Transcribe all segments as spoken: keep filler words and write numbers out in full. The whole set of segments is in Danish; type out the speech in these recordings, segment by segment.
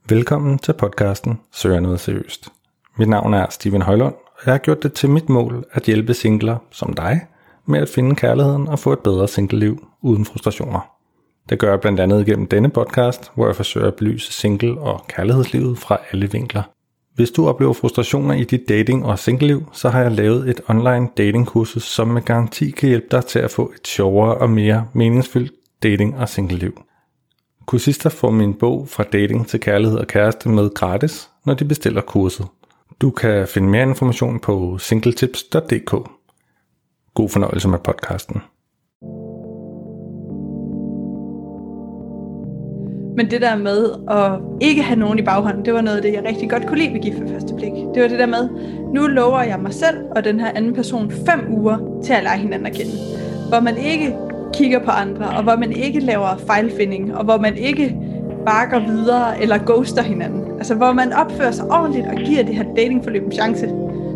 Velkommen til podcasten Søger noget seriøst. Mit navn er Steven Højlund, og jeg har gjort det til mit mål at hjælpe singler som dig med at finde kærligheden og få et bedre singleliv uden frustrationer. Det gør jeg blandt andet gennem denne podcast, hvor jeg forsøger at belyse single- og kærlighedslivet fra alle vinkler. Hvis du oplever frustrationer i dit dating- og singleliv, så har jeg lavet et online datingkursus, som med garanti kan hjælpe dig til at få et sjovere og mere meningsfyldt dating- og singleliv. Kursister får min bog Fra dating til kærlighed og kæreste med gratis, når de bestiller kurset. Du kan finde mere information på singletips punktum d k. God fornøjelse med podcasten. Men det der med at ikke have nogen i baghånden, det var noget af det, jeg rigtig godt kunne lide ved Gift ved første blik. Det var det der med, nu lover jeg mig selv og den her anden person fem uger til at lære hinanden at kende. Hvor man ikke kigger på andre, og hvor man ikke laver fejlfinding, og hvor man ikke bakker videre eller ghoster hinanden. Altså hvor man opfører sig ordentligt og giver det her datingforløb en chance.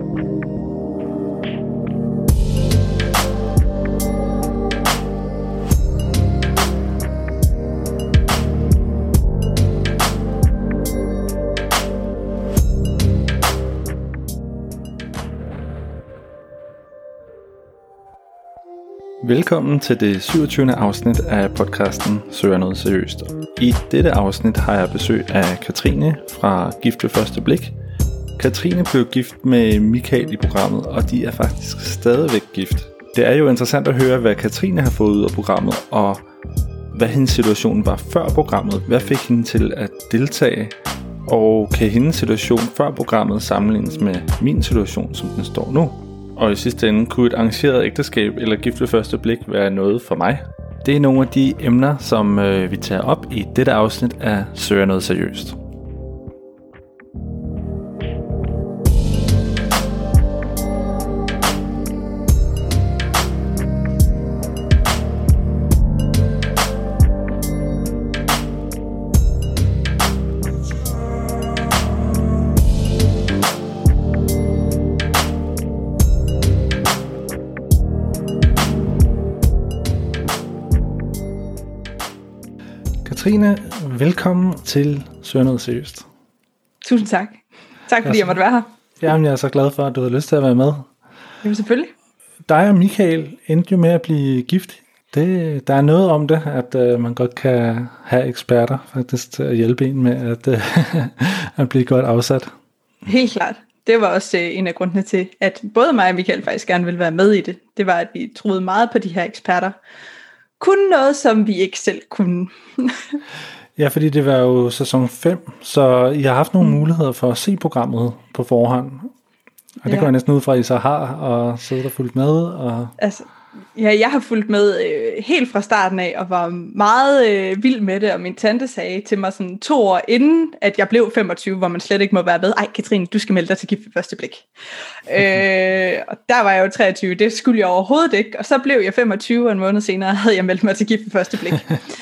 Velkommen til det syvogtyvende afsnit af podcasten Søger noget seriøst. I dette afsnit har jeg besøg af Katrine fra Gift ved første blik. Katrine blev gift med Michael i programmet, og de er faktisk stadigvæk gift. Det er jo interessant at høre, hvad Katrine har fået ud af programmet, og hvad hendes situation var før programmet. Hvad fik hende til at deltage? Og kan hendes situation før programmet sammenlignes med min situation, som den står nu? Og i sidste ende, kunne et arrangeret ægteskab eller gift ved første blik være noget for mig? Det er nogle af de emner, som øh, vi tager op i dette afsnit af Søger noget seriøst. Katrine, velkommen til Søger noget seriøst. Tusind tak. Tak fordi jeg, jeg måtte være her. Jamen, jeg er så glad for, at du har lyst til at være med. Jamen selvfølgelig. Dig og Michael endte jo med at blive gift. Det, der er noget om det, at uh, man godt kan have eksperter faktisk til at hjælpe en med at, uh, at blive godt afsat. Helt klart. Det var også uh, en af grundene til, at både mig og Michael faktisk gerne ville være med i det. Det var, at vi troede meget på de her eksperter. Kun noget, som vi ikke selv kunne. Ja, fordi det var jo sæson fem, så I har haft nogle mm. muligheder for at se programmet på forhånd. Og det ja. går jeg næsten ud fra, at I så har, og sidder der fulgt med. Og... Altså, ja, jeg har fulgt med øh, helt fra starten af, og var meget øh, vild med det, og min tante sagde til mig sådan to år inden, at jeg blev femogtyve, hvor man slet ikke må være med. Ej, Katrine, du skal melde dig til Gift ved første blik. øh, og der var jeg jo treogtyve, det skulle jeg overhovedet ikke, og så blev jeg femogtyve, og en måned senere havde jeg meldt mig til Gift ved første blik.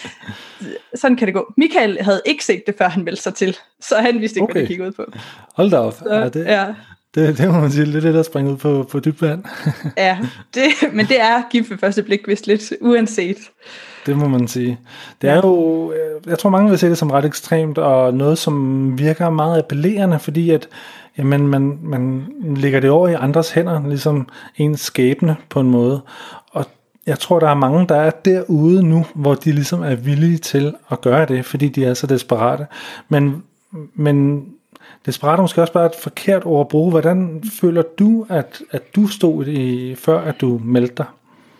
Sådan kan det gå. Michael havde ikke set det, før han meldte sig til, så han vidste ikke, okay. hvad det gik ud på. Hold da op. Så, ja, det... ja. Det, det må man sige, det er det, der springer ud på, på dybt vand. Ja, det, men det er Gift ved første blik vist lidt uanset. Det må man sige. Det er jo, jeg tror mange vil se det som ret ekstremt, og noget som virker meget appellerende, fordi at jamen, man, man lægger det over i andres hænder, ligesom ens skæbne på en måde. Og jeg tror, der er mange, der er derude nu, hvor de ligesom er villige til at gøre det, fordi de er så desperate. Men, men desperat er måske også bare et forkert ord at bruge. Hvordan føler du, at, at du stod i, før at du meldte dig?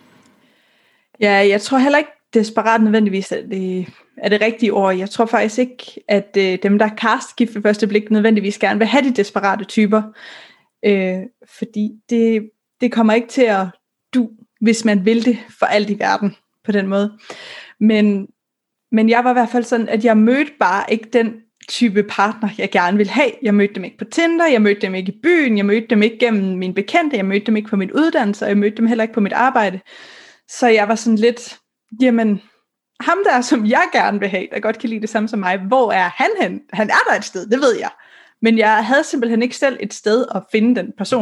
Ja, jeg tror heller ikke, desperat nødvendigvis er det, er det rigtige ord. Jeg tror faktisk ikke, at øh, dem, der cast Gift ved første blik, nødvendigvis gerne vil have de desperate typer. Øh, fordi det, det kommer ikke til at du, hvis man vil det for alt i verden på den måde. Men, men jeg var i hvert fald sådan, at jeg mødte bare ikke den type partner, jeg gerne ville have. Jeg mødte dem ikke på Tinder, jeg mødte dem ikke i byen, jeg mødte dem ikke gennem mine bekendte, jeg mødte dem ikke på min uddannelse, og jeg mødte dem heller ikke på mit arbejde. Så jeg var sådan lidt, jamen, ham der, som jeg gerne vil have, der godt kan lide det samme som mig, hvor er han hen? Han er der et sted, det ved jeg. Men jeg havde simpelthen ikke selv et sted at finde den person.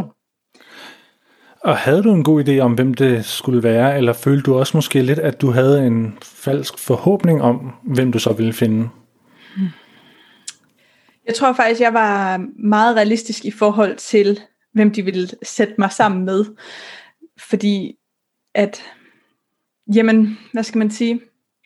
Og havde du en god idé om, hvem det skulle være, eller følte du også måske lidt, at du havde en falsk forhåbning om, hvem du så ville finde? Jeg tror faktisk, jeg var meget realistisk i forhold til, hvem de ville sætte mig sammen med. Fordi at, jamen, hvad skal man sige?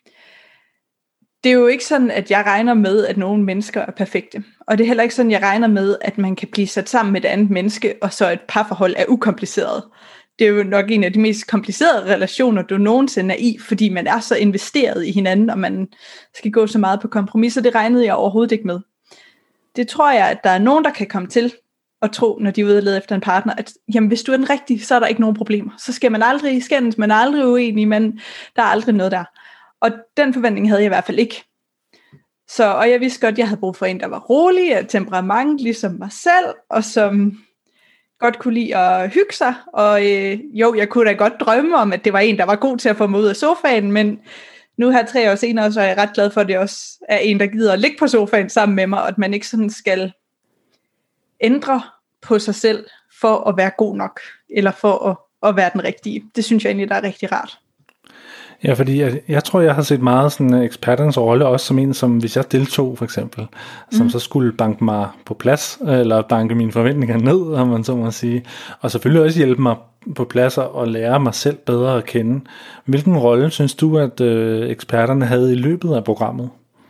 Det er jo ikke sådan, at jeg regner med, at nogle mennesker er perfekte. Og det er heller ikke sådan, jeg regner med, at man kan blive sat sammen med et andet menneske, og så et parforhold er ukompliceret. Det er jo nok en af de mest komplicerede relationer, du nogensinde er i, fordi man er så investeret i hinanden, og man skal gå så meget på kompromis, så det regnede jeg overhovedet ikke med. Det tror jeg, at der er nogen, der kan komme til at tro, når de er ude og lede efter en partner, at jamen, hvis du er den rigtige, så er der ikke nogen problemer. Så skal man aldrig skændes, man er aldrig uenig, men der er aldrig noget der. Og den forventning havde jeg i hvert fald ikke. Så, og jeg vidste godt, at jeg havde brug for en, der var rolig, af temperament, ligesom mig selv, og som godt kunne lide at hygge sig. Og øh, jo, jeg kunne da godt drømme om, at det var en, der var god til at få mig ud af sofaen, men nu her tre år senere, så er jeg ret glad for, at det også er en, der gider at ligge på sofaen sammen med mig, og at man ikke sådan skal ændre på sig selv for at være god nok, eller for at, at være den rigtige. Det synes jeg egentlig, der er rigtig rart. Ja, fordi jeg, jeg tror, jeg har set meget sådan eksperternes rolle, også som en, som hvis jeg deltog for eksempel, som mm. så skulle banke mig på plads, eller banke mine forventninger ned, om man så må sige, og selvfølgelig også hjælpe mig på plads og lære mig selv bedre at kende. Hvilken rolle synes du, at øh, eksperterne havde i løbet af programmet?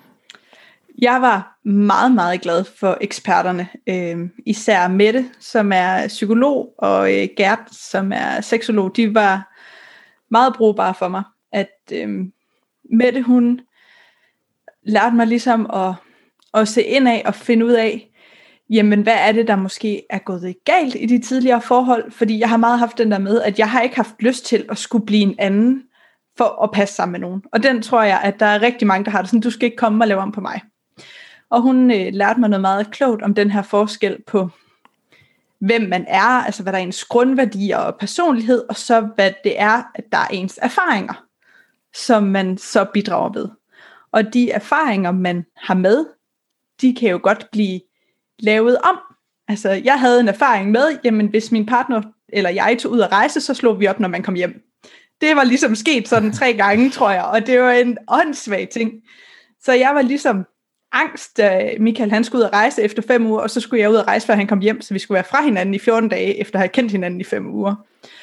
Jeg var meget, meget glad for eksperterne, øh, især Mette, som er psykolog, og øh, Gert, som er seksolog. De var meget brugbare for mig. At øh, Mette, hun lærte mig ligesom at, at se ind af og finde ud af, jamen hvad er det, der måske er gået galt i de tidligere forhold, fordi jeg har meget haft den der med, at jeg har ikke haft lyst til at skulle blive en anden, for at passe sammen med nogen, og den tror jeg, at der er rigtig mange, der har det sådan, du skal ikke komme og lave om på mig. Og hun øh, lærte mig noget meget klogt om den her forskel på, hvem man er, altså hvad der er ens grundværdier og personlighed, og så hvad det er, at der er ens erfaringer, som man så bidrager ved. Og de erfaringer, man har med, de kan jo godt blive lavet om. Altså, jeg havde en erfaring med, jamen hvis min partner eller jeg tog ud at rejse, så slog vi op, når man kom hjem. Det var ligesom sket sådan tre gange, tror jeg, og det var en åndssvag ting. Så jeg var ligesom angst, da Michael han skulle ud at rejse efter fem uger, og så skulle jeg ud at rejse, før han kom hjem, så vi skulle være fra hinanden i fjorten dage, efter at have kendt hinanden i fem uger.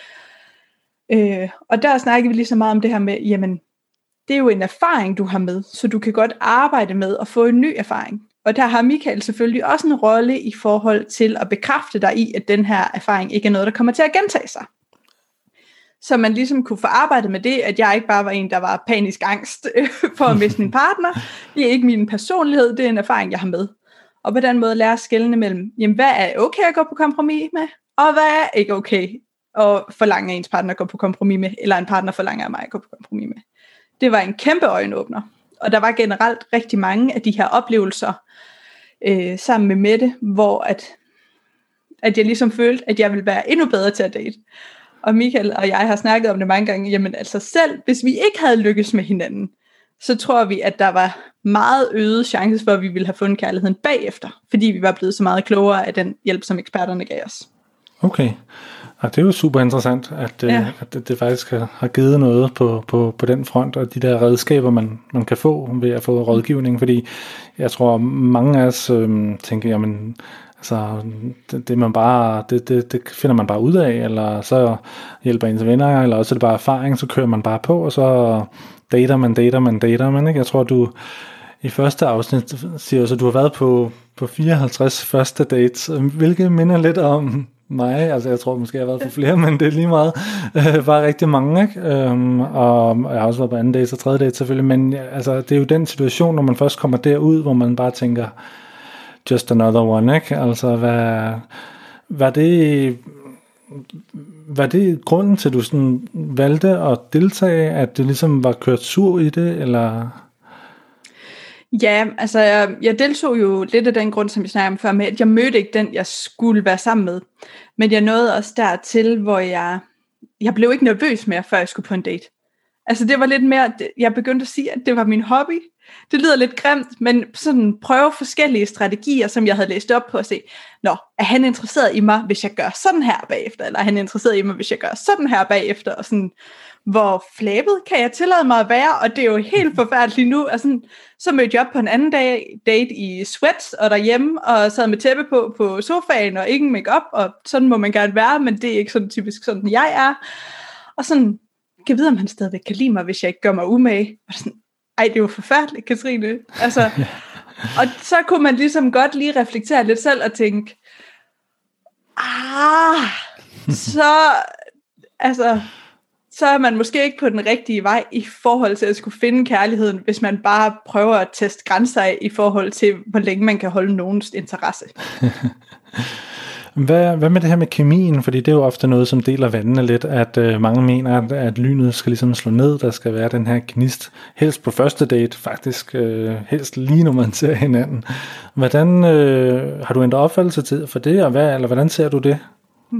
Øh, og der snakkede vi lige så meget om det her med, jamen, det er jo en erfaring, du har med, så du kan godt arbejde med at få en ny erfaring. Og der har Michael selvfølgelig også en rolle i forhold til at bekræfte dig i, at den her erfaring ikke er noget, der kommer til at gentage sig. Så man ligesom kunne få arbejdet med det, at jeg ikke bare var en, der var panisk angst for at miste min partner. Det er ikke min personlighed, det er en erfaring, jeg har med. Og på den måde lære at skelne mellem, jamen hvad er okay at gå på kompromis med, og hvad er ikke okay at forlange ens partner at gå på kompromis med, eller en partner forlanger af mig at gå på kompromis med. Det var en kæmpe øjenåbner. Og der var generelt rigtig mange af de her oplevelser øh, sammen med Mette, hvor at, at jeg ligesom følte, at jeg ville være endnu bedre til at date. Og Michael og jeg har snakket om det mange gange, jamen altså selv, hvis vi ikke havde lykkes med hinanden, så tror vi, at der var meget øget chance for, at vi ville have fundet kærligheden bagefter, fordi vi var blevet så meget klogere af den hjælp, som eksperterne gav os. Okay, og det er jo super interessant, at, ja. at det, det faktisk har, har givet noget på, på, på den front, og de der redskaber, man, man kan få ved at få rådgivning, fordi jeg tror, mange af os øhm, tænker, jamen, altså, det, det, man bare, det, det, det finder man bare ud af, eller så hjælper ens venner, eller også er det bare erfaring, så kører man bare på, og så dater man, dater man, dater man, ikke? Jeg tror, du i første afsnit siger så, du har været på, på fireoghalvtreds første dates, hvilket minder lidt om mig, altså jeg tror måske, jeg har været på flere, men det er lige meget, øh, bare rigtig mange, ikke? Øhm, og jeg har også været på anden date og tredje date selvfølgelig, men altså, det er jo den situation, når man først kommer derud, hvor man bare tænker, just another one, ikke? Altså, hvad, hvad det, hvad det grunden til, at du sådan valgte at deltage, at det ligesom var kørt sur i det, eller? Ja, altså jeg, jeg deltog jo lidt af den grund, som jeg snakkede om før med, at jeg mødte ikke den, jeg skulle være sammen med. Men jeg nåede også dertil, hvor jeg, jeg blev ikke nervøs mere, før jeg skulle på en date. Altså det var lidt mere, jeg begyndte at sige, at det var min hobby. Det lyder lidt grimt, men sådan prøve forskellige strategier, som jeg havde læst op på at se, nå, er han interesseret i mig, hvis jeg gør sådan her bagefter, eller er han interesseret i mig, hvis jeg gør sådan her bagefter, og sådan, hvor flabet kan jeg tillade mig at være, og det er jo helt forfærdeligt nu, og sådan, så mødte jeg op på en anden dag, date i sweats, og derhjemme, og sad med tæppe på, på sofaen, og ingen make-up, og sådan må man gerne være, men det er ikke sådan typisk sådan, jeg er, og sådan, kan vide, om han stadigvæk kan lide mig, hvis jeg ikke gør mig umage, og sådan, ej, det er jo forfærdeligt, Katrine. Altså, og så kunne man ligesom godt lige reflektere lidt selv og tænke, ah, så, altså, så er man måske ikke på den rigtige vej i forhold til at skulle finde kærligheden, hvis man bare prøver at teste grænser af i forhold til, hvor længe man kan holde nogens interesse. Hvad, hvad med det her med kemien? Fordi det er jo ofte noget, som deler vandene lidt, at øh, mange mener, at, at lynet skal ligesom slå ned, der skal være den her gnist, helst på første date, faktisk øh, helst lige når man ser hinanden. Hvordan øh, har du ændret opfattelse til for det, og hvad, eller hvordan ser du det?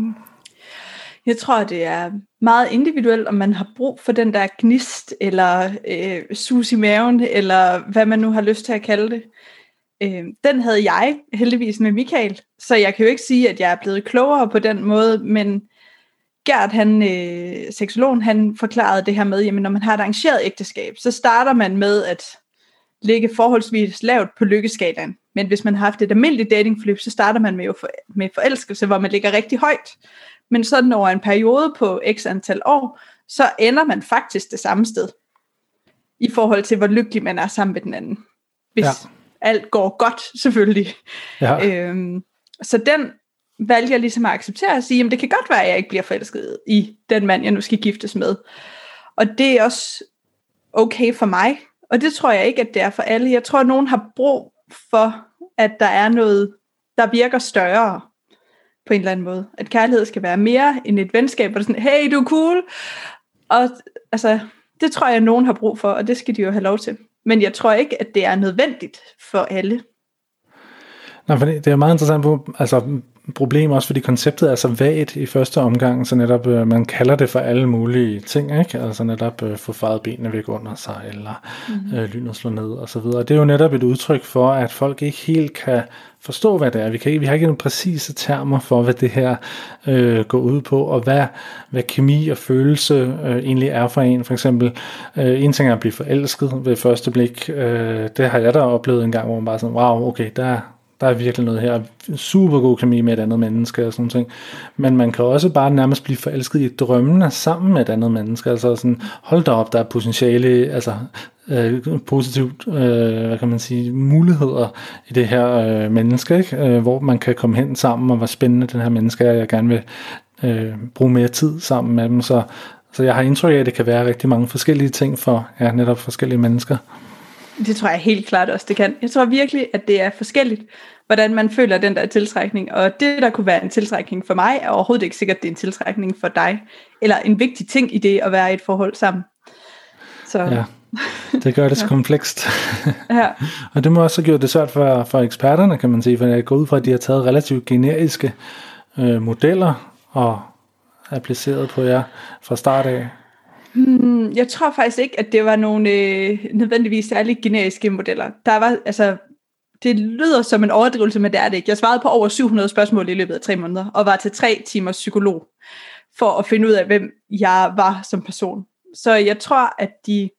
Jeg tror, det er meget individuelt, om man har brug for den der gnist, eller øh, sus i maven, eller hvad man nu har lyst til at kalde det. Øh, den havde jeg heldigvis med Michael, så jeg kan jo ikke sige, at jeg er blevet klogere på den måde, men Gert, han, øh, seksologen, han forklarede det her med, jamen når man har et arrangeret ægteskab, så starter man med at ligge forholdsvis lavt på lykkeskalaen, men hvis man har haft et almindeligt datingforløb, så starter man med, jo for, med forelskelse, hvor man ligger rigtig højt, men sådan over en periode på x antal år, så ender man faktisk det samme sted, i forhold til hvor lykkelig man er sammen med den anden, hvis ja. alt går godt, selvfølgelig. Ja. Øhm, så den valgte jeg ligesom at acceptere og sige, jamen det kan godt være, at jeg ikke bliver forelsket i den mand, jeg nu skal giftes med. Og det er også okay for mig. Og det tror jeg ikke, at det er for alle. Jeg tror, at nogen har brug for, at der er noget, der virker større på en eller anden måde. At kærlighed skal være mere end et venskab, hvor det er sådan, hey, du er cool. Og altså, det tror jeg, at nogen har brug for, og det skal de jo have lov til. Men jeg tror ikke, at det er nødvendigt for alle. Nej, for det er meget interessant på, altså problem også, fordi konceptet er så vagt i første omgang, så netop øh, man kalder det for alle mulige ting, ikke? Altså netop øh, få faret benene væk under sig, eller mm-hmm. øh, lynet slå ned, og så videre. Det er jo netop et udtryk for, at folk ikke helt kan forstå, hvad det er. Vi, kan ikke, vi har ikke nogle præcise termer for, hvad det her øh, går ud på, og hvad, hvad kemi og følelse øh, egentlig er for en. For eksempel, øh, en ting er at blive forelsket ved første blik. Øh, det har jeg da oplevet en gang, hvor man bare sådan, wow, okay, der Der er virkelig noget her, super god kemi med et andet menneske og sådan ting. Men man kan også bare nærmest blive forelsket i drømmene sammen med et andet menneske. Altså sådan, hold da op, der er potentiale, altså øh, positivt, øh, hvad kan man sige, muligheder i det her øh, menneske, ikke? Øh, hvor man kan komme hen sammen, og hvor spændende den her menneske er, jeg gerne vil øh, bruge mere tid sammen med dem. Så, så jeg har indtryk af, at det kan være rigtig mange forskellige ting for ja, netop forskellige mennesker. Det tror jeg helt klart også, det kan. Jeg tror virkelig, at det er forskelligt, hvordan man føler den der tiltrækning. Og det, der kunne være en tiltrækning for mig, er overhovedet ikke sikkert, det er en tiltrækning for dig. Eller en vigtig ting i det at være i et forhold sammen. Så. Ja, det gør det så ja. komplekst. Ja. Og det må også have gjort det svært for, for eksperterne, kan man sige. For jeg går ud fra, at de har taget relativt generiske øh, modeller og appliceret på jer fra start af. Hmm, jeg tror faktisk ikke, at det var nogle øh, nødvendigvis særligt generiske modeller. Der var, altså, det lyder som en overdrivelse, men det er det ikke. Jeg svarede på over syv hundrede spørgsmål i løbet af tre måneder, og var til tre timers psykolog, for at finde ud af, hvem jeg var som person. Så jeg tror, at de,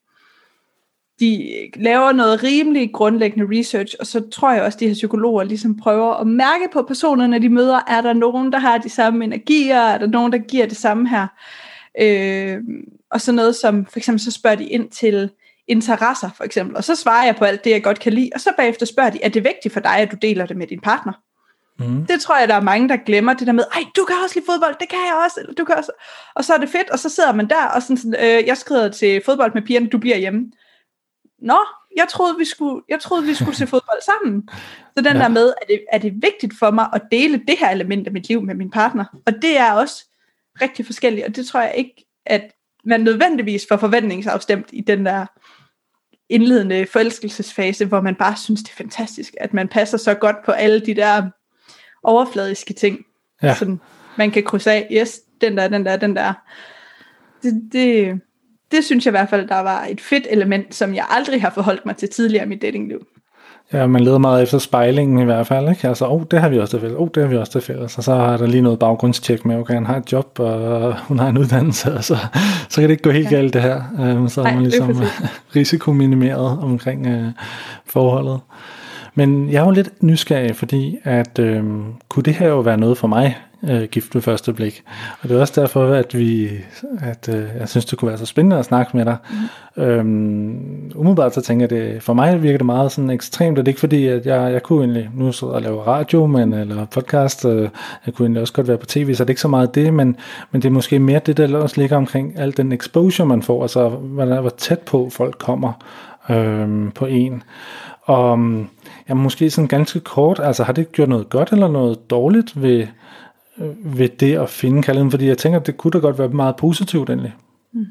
de laver noget rimelig grundlæggende research, og så tror jeg også, at de her psykologer ligesom prøver at mærke på personerne, de møder. Er der nogen, der har de samme energier? Er der nogen, der giver det samme her? Øh, og så noget som, for eksempel så spørger de ind til interesser, for eksempel, og så svarer jeg på alt det, jeg godt kan lide, og så bagefter spørger de, er det vigtigt for dig, at du deler det med din partner? Mm. Det tror jeg, der er mange, der glemmer det der med, ej, du kan også lide fodbold, det kan jeg også, eller du kan også, og så er det fedt, og så sidder man der, og sådan, sådan øh, jeg skrider til fodbold med pigerne, du bliver hjemme. Nå, jeg troede, vi skulle, jeg troede, vi skulle se fodbold sammen. Så den ja. der med, er det, er det vigtigt for mig at dele det her element af mit liv med min partner? Og det er også rigtig forskelligt, og det tror jeg ikke, at man nødvendigvis får forventningsafstemt i den der indledende forelskelsesfase, hvor man bare synes, det er fantastisk, at man passer så godt på alle de der overfladiske ting, ja. som man kan krydse af. Yes, den der, den der, den der. Det, det, det synes jeg i hvert fald, der var et fedt element, som jeg aldrig har forholdt mig til tidligere i mit datingliv. Ja, man leder meget efter spejlingen i hvert fald, ikke? Altså, åh, oh, det har vi også til fælles, åh, oh, det har vi også til fælles, og så har der lige noget baggrundstjek med, okay, han har et job, og hun har en uddannelse, og så, så kan det ikke gå helt ja. galt det her. Um, så er man ligesom risikominimeret omkring uh, forholdet. Men jeg er jo lidt nysgerrig, fordi at øh, kunne det her jo være noget for mig, øh, gift ved første blik. Og det er også derfor, at vi, at øh, jeg synes, det kunne være så spændende at snakke med dig. Mm. Øhm, umiddelbart så tænker jeg, det for mig virker det meget sådan ekstremt, og det er ikke fordi, at jeg, jeg kunne egentlig nu sidde og lave radio, men, eller podcast, øh, jeg kunne egentlig også godt være på tv, så det er ikke så meget det, men, men det er måske mere det, der også ligger omkring al den exposure, man får, altså hvor, hvor tæt på folk kommer øh, på en. Og ja, måske sådan ganske kort, altså har det gjort noget godt eller noget dårligt ved, ved det at finde kærligheden? Fordi jeg tænker, at det kunne da godt være meget positivt endelig. Mm.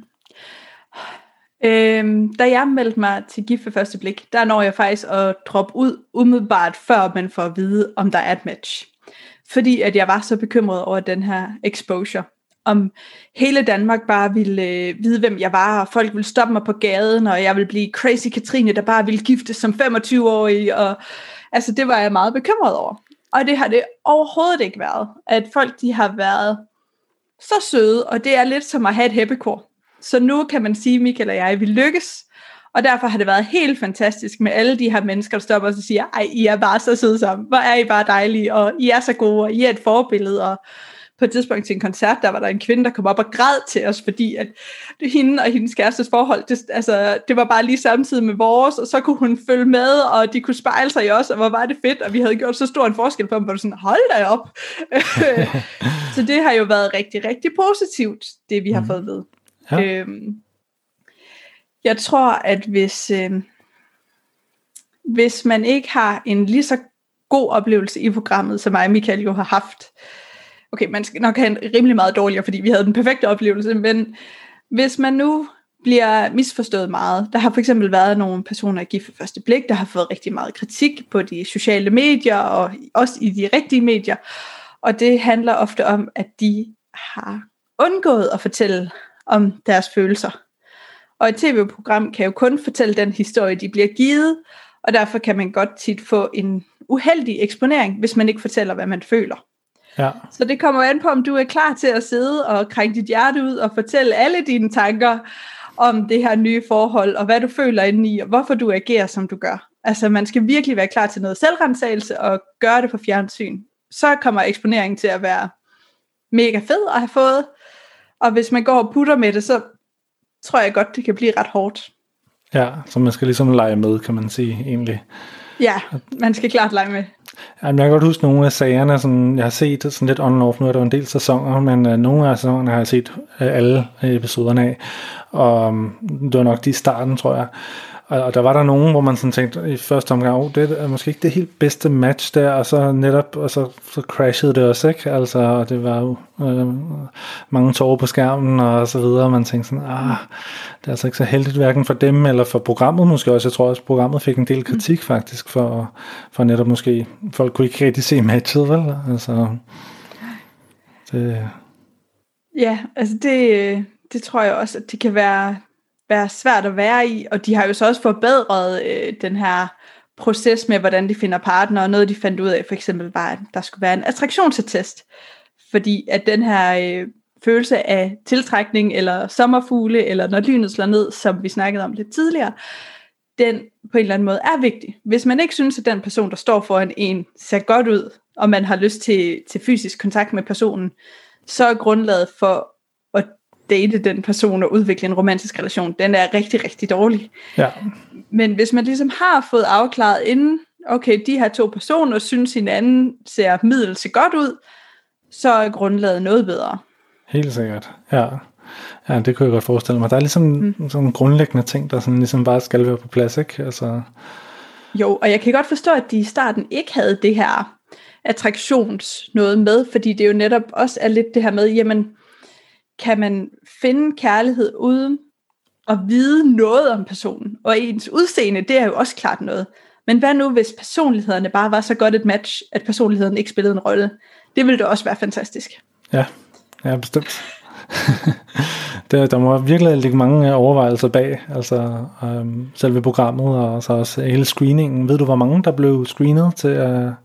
Øhm, da jeg meldte mig til gift ved første blik, der når jeg faktisk at droppe ud umiddelbart, før man får at vide, om der er et match. Fordi at jeg var så bekymret over den her exposure. Om hele Danmark bare ville øh, vide, hvem jeg var, og folk ville stoppe mig på gaden, og jeg ville blive crazy Katrine, der bare ville giftes som femogtyve-årig, og altså det var jeg meget bekymret over. Og det har det overhovedet ikke været, at folk de har været så søde, og det er lidt som at have et heppekor. Så nu kan man sige, Michael og jeg, vi lykkes, og derfor har det været helt fantastisk med alle de her mennesker, der stopper os og siger, ej, I er bare så søde sammen, hvor er I bare dejlige, og I er så gode, og I er et forbillede, og på et tidspunkt til en koncert, der var der en kvinde, der kom op og græd til os, fordi at det, hende og hendes kærestes forhold, det, altså, det var bare lige samtidig med vores, og så kunne hun følge med, og de kunne spejle sig i os, og hvor var det fedt, og vi havde gjort så stor en forskel på dem, hvor du sådan, hold da op. Så det har jo været rigtig, rigtig positivt, det vi har mm. fået ved. Ja. Øhm, jeg tror, at hvis, øh, hvis man ikke har en lige så god oplevelse i programmet, som mig og Michael jo har haft, okay, man skal nok have en rimelig meget dårligere, fordi vi havde den perfekte oplevelse, men hvis man nu bliver misforstået meget, der har for eksempel været nogle personer i gift ved første blik, der har fået rigtig meget kritik på de sociale medier, og også i de rigtige medier, og det handler ofte om, at de har undgået at fortælle om deres følelser. Og et tv-program kan jo kun fortælle den historie, de bliver givet, og derfor kan man godt tit få en uheldig eksponering, hvis man ikke fortæller, hvad man føler. Ja. Så det kommer an på, om du er klar til at sidde og krænge dit hjerte ud og fortælle alle dine tanker om det her nye forhold, og hvad du føler indeni, og hvorfor du agerer, som du gør. Altså man skal virkelig være klar til noget selvrensagelse og gøre det på fjernsyn. Så kommer eksponeringen til at være mega fed at have fået, og hvis man går og putter med det, så tror jeg godt, det kan blive ret hårdt. Ja, så man skal ligesom lege med, kan man sige egentlig. Ja, man skal klart lege med. Jamen, jeg kan godt huske nogle af sagerne, sådan, jeg har set sådan lidt on and off, nu er der en del sæsoner, men uh, nogle af sæsonerne har jeg set uh, alle episoderne af, og um, det var nok de i starten, tror jeg. Og, og der var der nogen, hvor man sådan tænkte i første omgang, oh, det er måske ikke det helt bedste match der, og så netop, og så, så crashede det også, ikke? Altså, og det var jo øh, mange tårer på skærmen og så videre, og man tænkte sådan, ah, det er altså ikke så heldigt hverken for dem eller for programmet måske også. Jeg tror også, programmet fik en del kritik faktisk for, for netop måske, folk kunne ikke rigtig se matchet, vel? Altså, det... Ja, altså det, det tror jeg også, at det kan være... være svært at være i, og de har jo så også forbedret øh, den her proces med, hvordan de finder partner, og noget de fandt ud af, for eksempel var, at der skulle være en attraktionsattest, fordi at den her øh, følelse af tiltrækning, eller sommerfugle, eller når lynet slår ned, som vi snakkede om lidt tidligere, den på en eller anden måde er vigtig. Hvis man ikke synes, at den person, der står foran en, ser godt ud, og man har lyst til, til fysisk kontakt med personen, så er grundlaget for at date den person og udvikle en romantisk relation, den er rigtig, rigtig dårlig. Ja. Men hvis man ligesom har fået afklaret inden, okay, de her to personer synes hinanden ser middels godt ud, så er grundlaget noget bedre. Helt sikkert, ja. Ja, det kunne jeg godt forestille mig. Der er ligesom mm. sådan grundlæggende ting, der sådan ligesom bare skal være på plads, ikke? Altså... Jo, og jeg kan godt forstå, at de i starten ikke havde det her attraktions noget med, fordi det jo netop også er lidt det her med, jamen, kan man finde kærlighed uden at vide noget om personen? Og ens udseende, det er jo også klart noget. Men hvad nu, hvis personlighederne bare var så godt et match, at personligheden ikke spillede en rolle? Det ville da også være fantastisk. Ja, ja bestemt. der, der må virkelig ligge mange overvejelser bag, altså øhm, selve programmet, og så også hele screeningen. Ved du, hvor mange der blev screenet til at... Øh...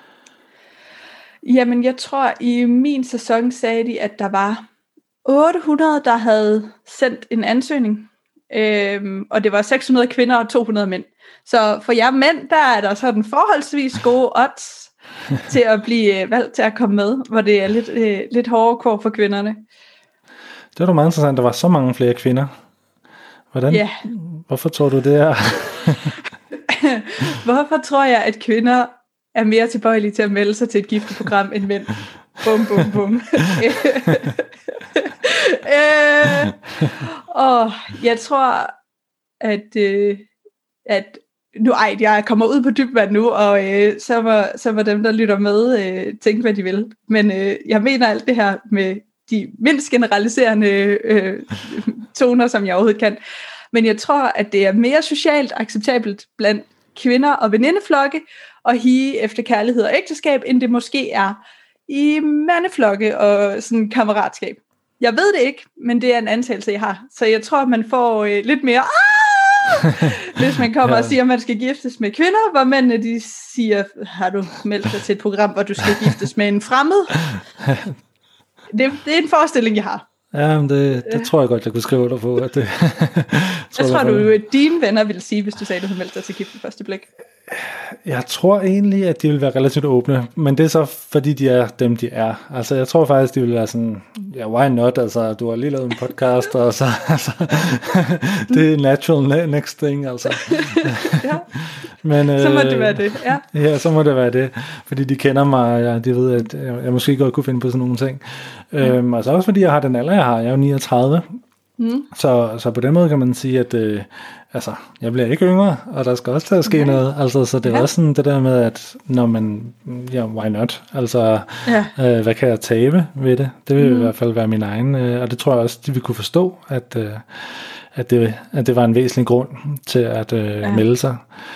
Jamen, jeg tror, i min sæson sagde de, at der var otte hundrede, der havde sendt en ansøgning. Øhm, og det var seks hundrede kvinder og to hundrede mænd. Så for jer mænd, der er der sådan forholdsvis gode odds til at blive valgt til at komme med, hvor det er lidt, øh, lidt hårdere kår for kvinderne. Det var da meget interessant, der var så mange flere kvinder. Hvordan? Yeah. Hvorfor tror du det er? Hvorfor tror jeg, at kvinder er mere tilbøjelige til at melde sig til et gifteprogram end mænd? Bum, bum, bum. øh, og jeg tror, at, øh, at nu, ej, jeg kommer ud på dybvand nu, og øh, så, må, så må dem, der lytter med, øh, tænke, hvad de vil. Men øh, jeg mener alt det her med de mindst generaliserende øh, toner, som jeg overhovedet kan. Men jeg tror, at det er mere socialt acceptabelt blandt kvinder og venindeflokke at hige efter kærlighed og ægteskab, end det måske er i mandeflokke og sådan kammeratskab. Jeg ved det ikke, men det er en antagelse, jeg har. Så jeg tror, man får øh, lidt mere, hvis man kommer ja. og siger, at man skal giftes med kvinder, hvor mændene de siger, har du meldt dig til et program, hvor du skal giftes med en fremmed? Det, det er en forestilling, jeg har. Ja, men det, det tror jeg godt, jeg kunne skrive dig på. At det, tror jeg tror, du, dine venner ville sige, hvis du sagde, at du havde meldt dig til gift ved første blik? Jeg tror egentlig, at de vil være relativt åbne, men det er så, fordi de er dem, de er. Altså, jeg tror faktisk, de vil være sådan, ja, why not? Altså, du har lige lavet en podcast, og så, altså, det er natural next thing, altså. Ja. Men, så må øh, det være det, ja. Ja, så må det være det, fordi de kender mig, og ja, de ved, at jeg, jeg måske godt kunne finde på sådan nogle ting. Mm. Øhm, og så også fordi jeg har den alder, jeg har, jeg er jo niogtredive, mm. så, så på den måde kan man sige, at øh, altså, jeg bliver ikke yngre, og der skal også til at ske okay. noget, altså, så det er ja. også sådan det der med, at når man, ja, why not, altså, ja. øh, hvad kan jeg tabe ved det, det vil mm. i hvert fald være min egen, øh, og det tror jeg også, de vil kunne forstå, at, øh, at, det, at det var en væsentlig grund til at øh, ja. melde sig.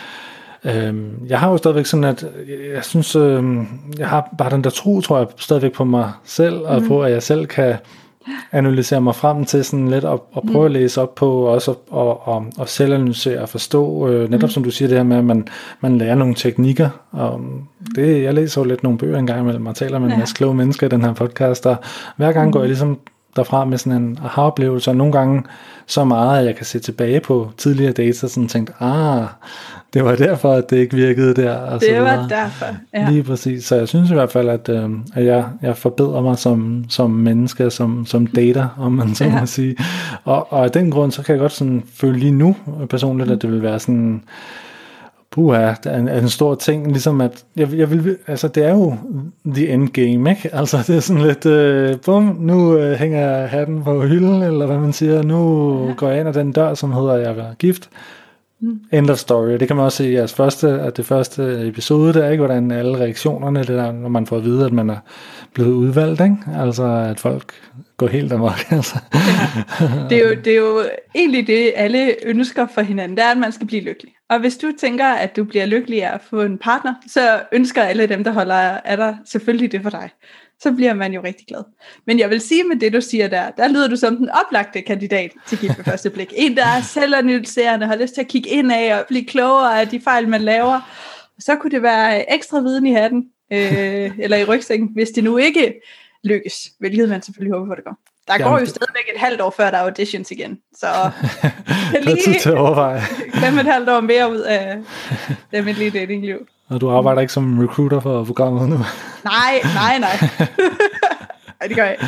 Jeg har jo stadigvæk sådan, at jeg synes, jeg har bare den der tro, tror jeg, stadigvæk på mig selv, og mm. på, at jeg selv kan analysere mig frem til sådan lidt, og, og prøve mm. at læse op på, og også og, og, og selv analysere og forstå, netop mm. som du siger det her med, at man, man lærer nogle teknikker, og det, jeg læser jo lidt nogle bøger en gang imellem, og taler med en masse kloge mennesker i den her podcast, og hver gang mm. går jeg ligesom derfra med sådan en aha-oplevelse, og nogle gange så meget, at jeg kan se tilbage på tidligere dates, og sådan tænkt, ah, det var derfor, at det ikke virkede der. Og det så var derfor, ja. Lige præcis. Så jeg synes i hvert fald, at, øh, at jeg, jeg forbedrer mig som, som menneske, som, som dater, om man så ja. må sige. Og, og af den grund, så kan jeg godt sådan føle lige nu, personligt, at det vil være sådan, puha, det er en, en stor ting, ligesom at, jeg, jeg vil, altså det er jo the end game, ikke? Altså det er sådan lidt, øh, bum, nu øh, hænger jeg hatten på hylden, eller hvad man siger, nu ja. går jeg ind ad den dør, som hedder, jeg er gift. Mm. End of story. Det kan man også se i jeres første, at det første episode, der ikke, hvordan alle reaktionerne, det der, når man får at vide, at man er blevet udvalgt, ikke? Altså at folk går helt amok. Altså. Ja. Det, er jo, det er jo egentlig det, alle ønsker for hinanden, det er, at man skal blive lykkelig. Og hvis du tænker, at du bliver lykkelig af at få en partner, så ønsker alle dem, der holder af dig, selvfølgelig det for dig. Så bliver man jo rigtig glad. Men jeg vil sige med det, du siger der, der lyder du som den oplagte kandidat til gift ved første blik. En, der er selvanalyserende, har lyst til at kigge ind af og blive klogere af de fejl, man laver. Så kunne det være ekstra viden i hatten, øh, eller i rygsækken, hvis det nu ikke lykkes, hvilket man selvfølgelig håber, for det går. Der Jamen, går jo stadigvæk et halvt år, før der er auditions igen. Så det er tid til at overveje. Glem et halvt år mere ud af det almindelige datingliv. Og du arbejder ikke som recruiter for programmet nu? Nej, nej, nej. Ej, det gør jeg ikke.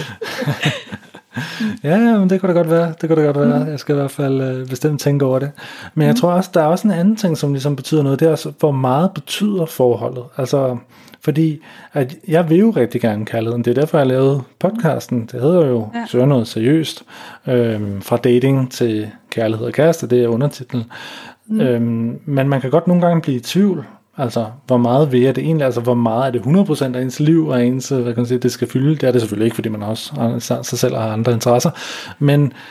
Ja, men det kunne da godt være. Det kunne da godt være. Jeg skal i hvert fald øh, bestemt tænke over det. Men jeg mm. tror også, der er også en anden ting, som ligesom betyder noget. Det er også, hvor meget betyder forholdet. Altså, fordi at jeg vil jo rigtig gerne kærligheden. Det er derfor, jeg lavede podcasten. Det hedder jo ja. Søger noget seriøst. Øhm, fra dating til kærlighed og kæreste. Det er undertitlen. Mm. Øhm, men man kan godt nogle gange blive i tvivl. Altså, hvor meget vil jeg det egentlig? Altså, hvor meget er det hundrede procent af ens liv og ens, hvad kan man sige, det skal fylde? Det er det selvfølgelig ikke, fordi man også sig selv har andre interesser. Men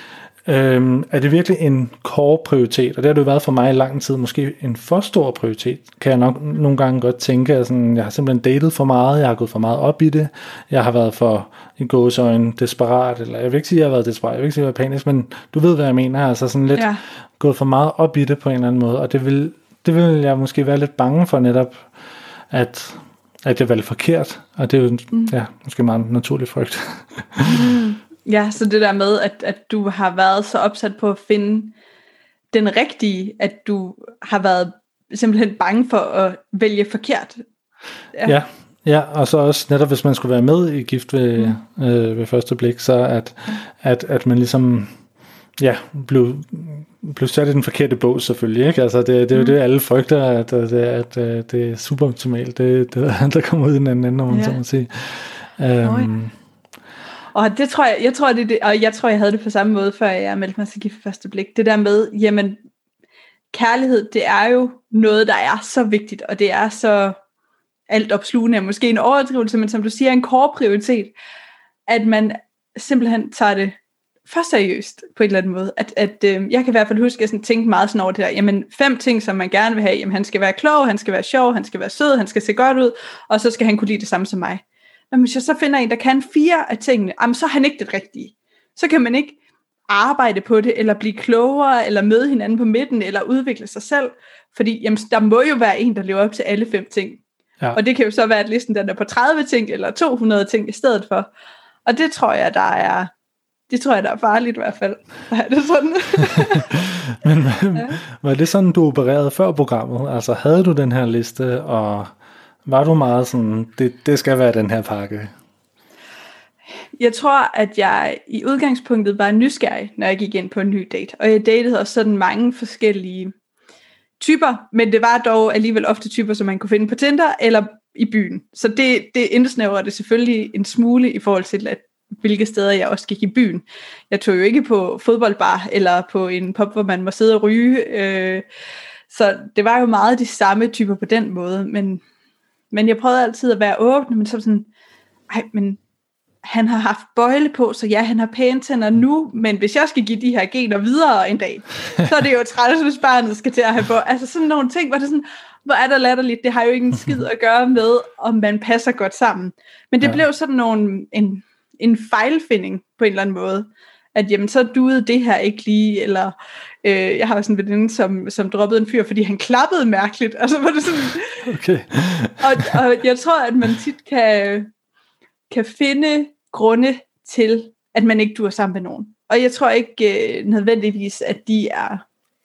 Øhm, er det virkelig en core prioritet? Og det har det jo været for mig i lang tid, måske en for stor prioritet, kan jeg nok nogle gange godt tænke, at sådan, jeg har simpelthen datet for meget, jeg har gået for meget op i det, jeg har været for i gåseøjne desperat, eller jeg vil ikke sige, at jeg har været desperat, jeg vil ikke sige, at jeg har været panisk, men du ved, hvad jeg mener, altså sådan lidt ja. gået for meget op i det på en eller anden måde, og det vil, det vil jeg måske være lidt bange for netop, at, at jeg valgte forkert, og det er jo mm. ja, måske meget naturlig frygt. mm. Ja, så det der med, at, at du har været så opsat på at finde den rigtige, at du har været simpelthen bange for at vælge forkert. Ja, ja, ja, og så også netop, hvis man skulle være med i Gift ved, mm. øh, ved første blik, så at, at, at man ligesom ja, blev, blev sat i den forkerte bås selvfølgelig, ikke? Altså det, det er jo mm. det, alle frygter, at, at, at, at det er super optimalt, det, det, der kommer ud i den anden ende, når man ja. så må sige. Um, Og det tror jeg, jeg tror det, det, og jeg tror jeg havde det på samme måde, før jeg meldte mig til Gift ved første blik. Det der med, jamen kærlighed, det er jo noget, der er så vigtigt, og det er så altopslugende, måske en overdrivelse, men som du siger, en core prioritet, at man simpelthen tager det for seriøst på en eller anden måde. At, at øh, jeg kan i hvert fald huske, at jeg sådan tænkte meget sådan over det der, jamen fem ting, som man gerne vil have, jamen han skal være klog, han skal være sjov, han skal være sød, han skal se godt ud, og så skal han kunne lide det samme som mig. Men hvis jeg så finder en, der kan fire af tingene, jamen, så er han ikke det rigtige. Så kan man ikke arbejde på det, eller blive klogere, eller møde hinanden på midten, eller udvikle sig selv. Fordi jamen, der må jo være en, der lever op til alle fem ting. Ja. Og det kan jo så være, at listen den er på tredive ting, eller to hundrede ting i stedet for. Og det tror jeg, der er, det tror jeg, der er farligt i hvert fald. Er det sådan? Men ja. Var det sådan, du opererede før programmet? Altså havde du den her liste, og var du meget sådan, det, det skal være den her pakke? Jeg tror, at jeg i udgangspunktet var nysgerrig, når jeg gik ind på en ny date. Og jeg datede også sådan mange forskellige typer, men det var dog alligevel ofte typer, som man kunne finde på Tinder eller i byen. Så det, det indsnævrer det selvfølgelig en smule i forhold til, at hvilke steder jeg også gik i byen. Jeg tog jo ikke på fodboldbar eller på en pub, hvor man må sidde og ryge. Øh, så det var jo meget de samme typer på den måde, men Men jeg prøvede altid at være åben, men så sådan, ej, men han har haft bøjle på, så ja, han har pæne tænder nu, men hvis jeg skal give de her gener videre en dag, så er det jo træls, hvis barnet skal til at have på. Altså sådan nogle ting, hvor det sådan, hvor er der latterligt, det har jo ikke en skid at gøre med, om man passer godt sammen. Men det ja. blev sådan nogle, en, en fejlfinding på en eller anden måde, at jamen, så duede det her ikke lige, eller øh, jeg har sådan en veninde, som, som droppede en fyr, fordi han klappede mærkeligt, altså var det sådan, okay. og, og jeg tror, at man tit kan, kan finde grunde til, at man ikke duer sammen med nogen, og jeg tror ikke øh, nødvendigvis, at de er,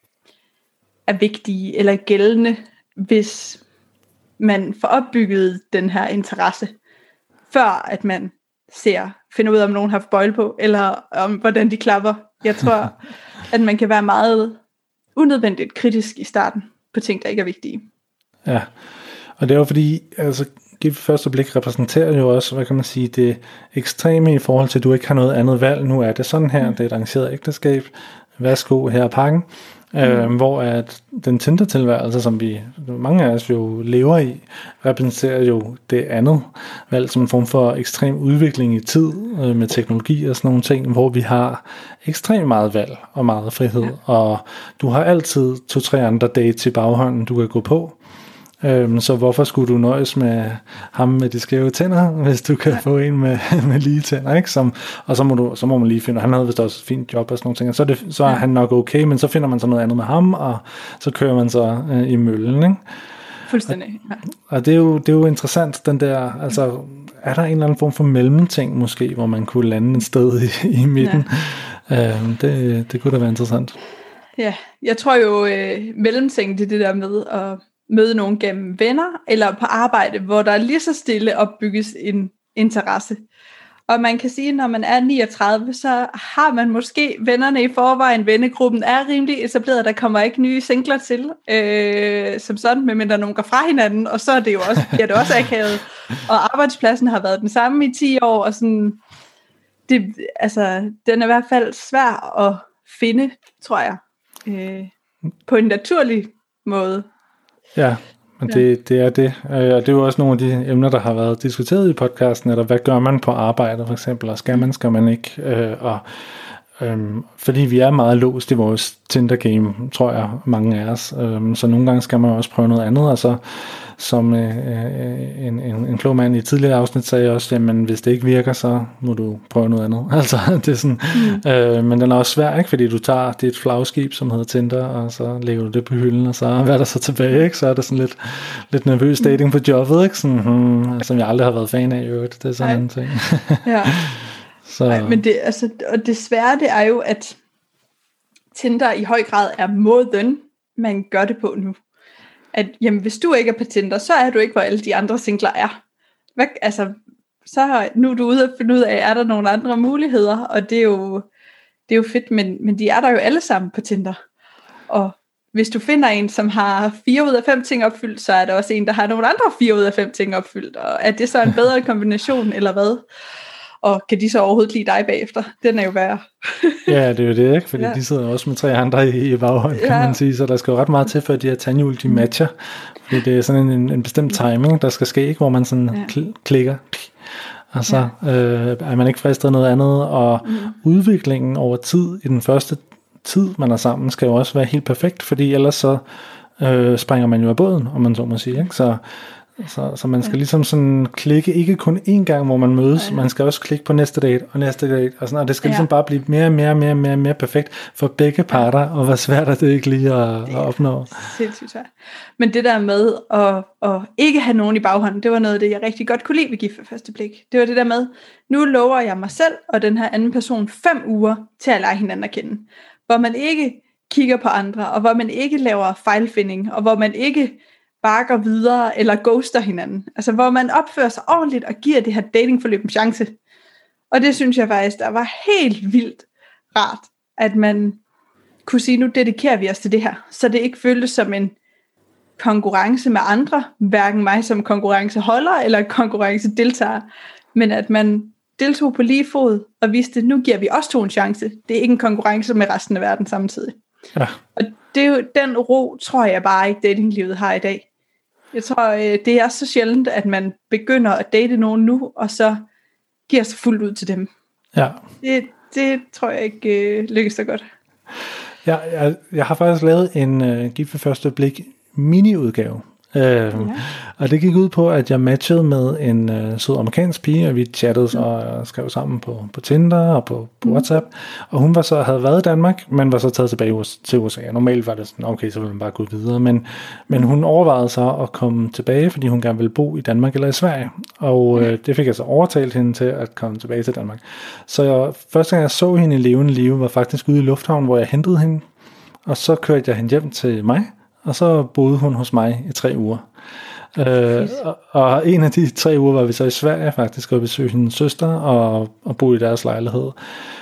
er vigtige, eller gældende, hvis man får opbygget den her interesse, før at man ser, finder ud af, om nogen har haft bøjle på, eller om hvordan de klapper. Jeg tror, at man kan være meget unødvendigt kritisk i starten på ting, der ikke er vigtige. Ja, og det er jo fordi, altså Gift ved første blik repræsenterer jo også, hvad kan man sige, det ekstreme i forhold til, at du ikke har noget andet valg. Nu er det sådan her, mm. det er et arrangeret ægteskab. Værsgo, her er pakken. Mm. Øh, hvor at den Tinder-tilværelse, som vi, mange af os jo lever i, repræsenterer jo det andet valg som en form for ekstrem udvikling i tid øh, med teknologi og sådan nogle ting, hvor vi har ekstremt meget valg og meget frihed, ja. Og du har altid to-tre andre dates i baghånden, du kan gå på. Øhm, så hvorfor skulle du nøjes med ham med de skæve tænder, hvis du kan ja. få en med, med lige tænder, ikke? Som, og så må, du, så må man lige finde, han havde vist også et fint job og sådan nogle ting, og så er, det, så er ja. han nok okay, men så finder man så noget andet med ham, og så kører man så øh, i møllen, ikke? Fuldstændig. Ja. Og, og det er jo, det er jo interessant, den der, altså, er der en eller anden form for mellemting måske, hvor man kunne lande et sted i, i midten? Ja. Øhm, det, det kunne da være interessant. Ja, jeg tror jo, øh, mellemting, det er det der med at møde nogen gennem venner, eller på arbejde, hvor der lige så stille opbygges en interesse. Og man kan sige, når man er niogtredive, så har man måske vennerne i forvejen, vennegruppen er rimelig etableret, der kommer ikke nye singler til, øh, som sådan, medmindre nogen går fra hinanden, og så er det jo også, ja, det er også akavet. Og arbejdspladsen har været den samme i ti år, og sådan, det, altså, den er i hvert fald svær at finde, tror jeg, øh, på en naturlig måde. Ja, men det, det er det. Og det er jo også nogle af de emner, der har været diskuteret i podcasten, eller hvad gør man på arbejde for eksempel, og skal man, skal man ikke, og, Øhm, fordi vi er meget låst i vores Tinder-game, tror jeg, mange af os. Øhm, så nogle gange skal man også prøve noget andet, og så som øh, øh, en, en, en klog mand i et tidligere afsnit sagde også, jamen hvis det ikke virker, så må du prøve noget andet. Altså, det er sådan, mm. øh, men den er også svær, ikke? Fordi du tager dit flagskib, som hedder Tinder, og så lægger du det på hylden, og så hvad er der så tilbage, ikke? Så er det sådan lidt, lidt nervøs dating på jobbet, ikke? Sådan, hmm, som jeg aldrig har været fan af i øvrigt. Det er sådan en ting. Ja. Så. Nej, men det, altså, og det svære, det er jo, at Tinder i høj grad er måden, man gør det på nu. At jamen, hvis du ikke er på Tinder, så er du ikke, hvor alle de andre singler er. Hvad, altså, så nu er du ude at finde ud af, er der nogle andre muligheder, og det er jo, det er jo fedt, men, men de er der jo alle sammen på Tinder. Og hvis du finder en, som har fire ud af fem ting opfyldt, så er der også en, der har nogle andre fire ud af fem ting opfyldt, og er det så en bedre kombination, eller hvad? Og kan de så overhovedet lide dig bagefter? Den er jo værre. Ja, det er jo det, ikke? Fordi ja. De sidder også med tre andre i, i baghånd, kan ja. man sige. Så der skal jo ret meget til, for at de her tandhjul, de matcher. Fordi det er sådan en, en bestemt timing, der skal ske, ikke? Hvor man sådan ja. kl- klikker. Og så ja. øh, er man ikke fristet af noget andet. Og mm. udviklingen over tid, i den første tid, man er sammen, skal jo også være helt perfekt. Fordi ellers så øh, springer man jo af båden, om man så må sige, ikke? Så Så, så man skal ja. ligesom sådan klikke, ikke kun én gang, hvor man mødes, ja, ja. man skal også klikke på næste date og næste date, og, sådan, og det skal ja. ligesom bare blive mere og mere, mere, mere, mere perfekt for begge parter, og hvor svært er det ikke lige at, at opnå. Sindssygt svært. Men det der med at, at ikke have nogen i baghånden, det var noget af det, jeg rigtig godt kunne lide ved Gift ved første blik. Det var det der med, nu lover jeg mig selv og den her anden person fem uger til at lære hinanden at kende, hvor man ikke kigger på andre, og hvor man ikke laver fejlfinding, og hvor man ikke bare går videre, eller ghoster hinanden. Altså, hvor man opfører sig ordentligt, og giver det her datingforløb en chance. Og det synes jeg faktisk, der var helt vildt rart, at man kunne sige, nu dedikerer vi os til det her, så det ikke føltes som en konkurrence med andre, hverken mig som konkurrenceholder, eller konkurrencedeltager, men at man deltog på lige fod, og viste, nu giver vi også to en chance. Det er ikke en konkurrence med resten af verden samtidig. Ja. Og det er jo, den ro, tror jeg bare ikke datinglivet har i dag. Jeg tror, det er så sjældent, at man begynder at date nogen nu, og så giver sig fuldt ud til dem. Ja. Det, det tror jeg ikke uh, lykkes så godt. Ja, jeg, jeg har faktisk lavet en uh, Gift ved første blik mini-udgave. Uh, ja. Og det gik ud på, at jeg matchede med en uh, sød amerikansk pige, og vi chattede mm. og skrev sammen på, på Tinder og på, på mm. WhatsApp, og hun var så, havde været i Danmark, men var så taget tilbage til U S A. Normalt var det sådan, okay, så ville man bare gå videre, men, men hun overvejede så at komme tilbage, fordi hun gerne ville bo i Danmark eller i Sverige, og uh, det fik jeg så overtalt hende til at komme tilbage til Danmark. Så jeg, første gang jeg så hende i levende live, var faktisk ude i lufthavnen, hvor jeg hentede hende, og så kørte jeg hende hjem til mig, og så boede hun hos mig i tre uger. Øh, og, og en af de tre uger var vi så i Sverige faktisk, og besøgte hendes søster og, og boede i deres lejlighed.